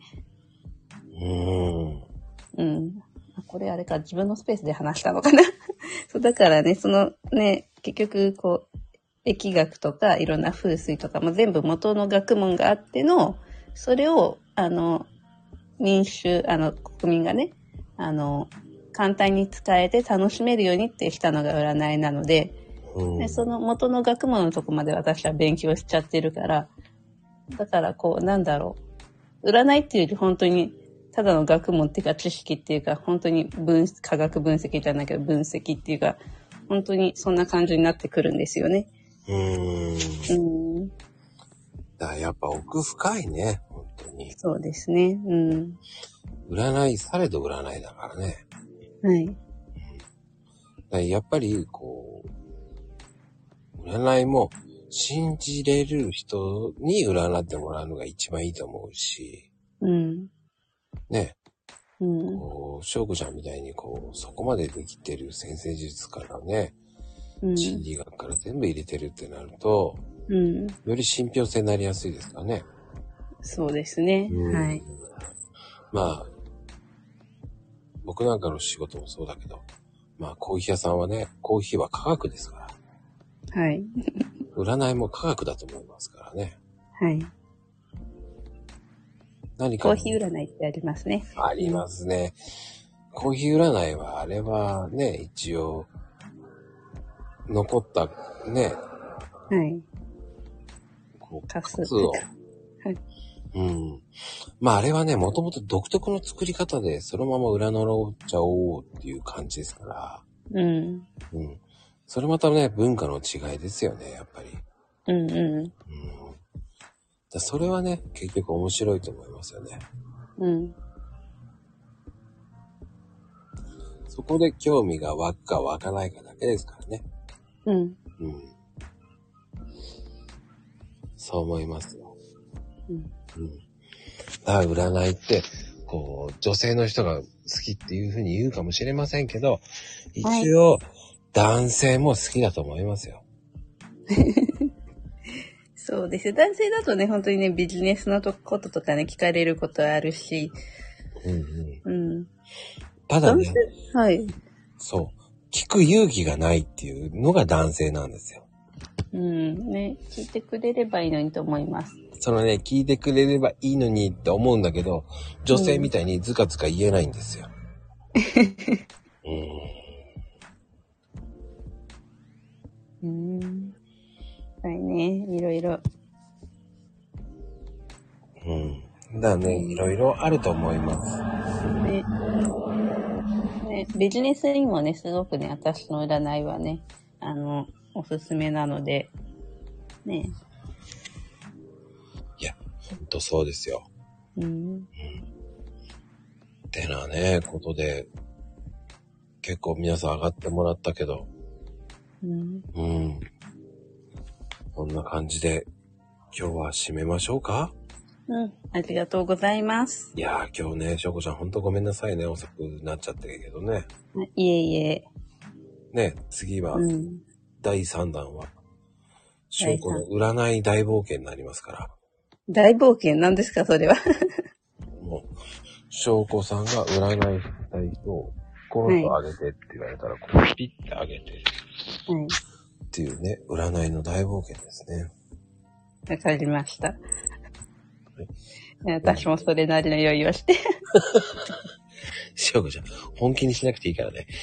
これあれか、自分のスペースで話したのかなそう、だからね、そのね、結局こう、疫学とかいろんな風水とかも全部元の学問があっての、それを、国民がね、簡単に使えて楽しめるようにってしたのが占いなので、でその元の学問のとこまで私は勉強しちゃってるから、だからこう、なんだろう。占いっていうより本当に、ただの学問っていうか知識っていうか、本当に科学分析じゃないけど分析っていうか、本当にそんな感じになってくるんですよね。 だからやっぱ奥深いね、本当に。 そうですね。 占いされど占いだからね。 はい。 だからやっぱりこう、占いも信じれる人に占ってもらうのが一番いいと思うし、ね、こう、翔子ちゃんみたいにこう、そこまでできてる先生術からね、心理学から全部入れてるってなると、より信憑性になりやすいですからね。 そうですね。はい。 まあ、僕なんかの仕事もそうだけど、まあコーヒー屋さんはね、コーヒーは科学ですから。 はい。 占いも科学だと思いますからね。 はい。 何か、 コーヒー占いってありますね。 ありますね。コーヒー占いは、あれはね、一応、残ったね、 はい。 カスを。はい。まああれはね、もともと独特の作り方で、そのまま占っちゃおうっていう感じですから。それまたね、文化の違いですよね、やっぱり。それはね、結局面白いと思いますよね。そこで興味が湧くか湧かないかだけですからね。そう思いますよ。だから占いって、こう、女性の人が好きっていうふうに言うかもしれませんけど、一応、男性も好きだと思いますよ。 そうです。男性だとね、本当にね、ビジネスのこととかね、聞かれることあるし。 ただね、 はい。 そう。聞く勇気がないっていうのが男性なんですよ。 ね、聞いてくれればいいのにと思います。 そのね、聞いてくれればいいのにって思うんだけど、女性みたいにズカズカ言えないんですよ。 はいね、いろいろ。 だからね、いろいろあると思います。 ね、ビジネスにもね、すごくね、私の占いはね、おすすめなので、ね。 いや、ほんとそうですよ。ってなね、ことで、結構皆さん上がってもらったけど、こんな感じで、今日は締めましょうか？ ありがとうございます。 いやー、今日ね、しょうこちゃんほんとごめんなさいね、遅くなっちゃってるけどね。 いえいえ。 ね、次は、第3弾は、しょうこの占い大冒険になりますから。 大冒険なんですか、それは。 もう、しょうこさんが占いしたい人を、この人あげてって言われたら、こうピッてあげて、っていうね、占いの大冒険ですね。 わかりました。私もそれなりの用意をして。 しょうこちゃん、本気にしなくていいからね。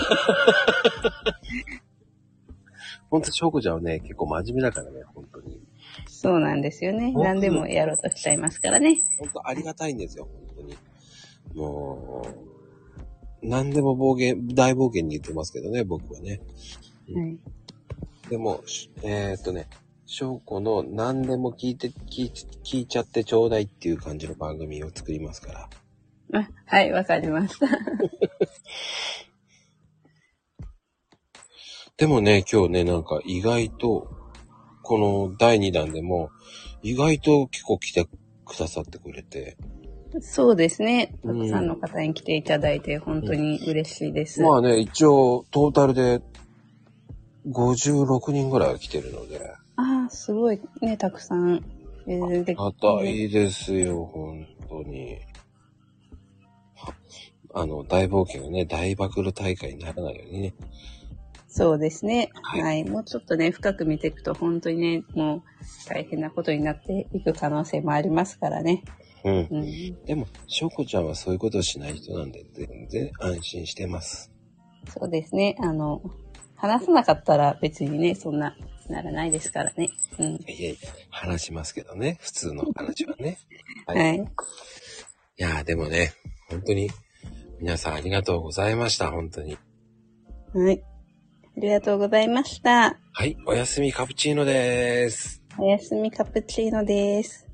ほんと、しょうこちゃんはね、結構真面目だからね、本当に。 そうなんですよね。何でもやろうとしちゃいますからね。 本当ありがたいんですよ、本当に。もう、何でも大冒険に言ってますけどね、僕はね。でも、 翔子の何でも聞いちゃってちょうだいっていう感じの番組を作りますから。 はい、わかりました。 でもね、今日ね、なんか意外と、この第2弾でも、意外と結構来てくださってくれて。 そうですね。たくさんの方に来ていただいて、本当に嬉しいです。 まあね、一応、トータルで56人ぐらいは来てるので。 ああ、すごいね、たくさん。 あたいですよ、本当に。大冒険がね、大暴露大会にならないようにね。 そうですね。はい。もうちょっとね、深く見ていくと、本当にね、もう大変なことになっていく可能性もありますからね。 うん。でも、翔子ちゃんはそういうことをしない人なんで、全然安心してます。 そうですね。話さなかったら別にね、そんな、ならないですからね。うん。 いや、話しますけどね。普通の話はね。 はい。 いや、でもね、本当に、皆さんありがとうございました。本当に。 はい。ありがとうございました。 はい。おやすみカプチーノです。 おやすみカプチーノです。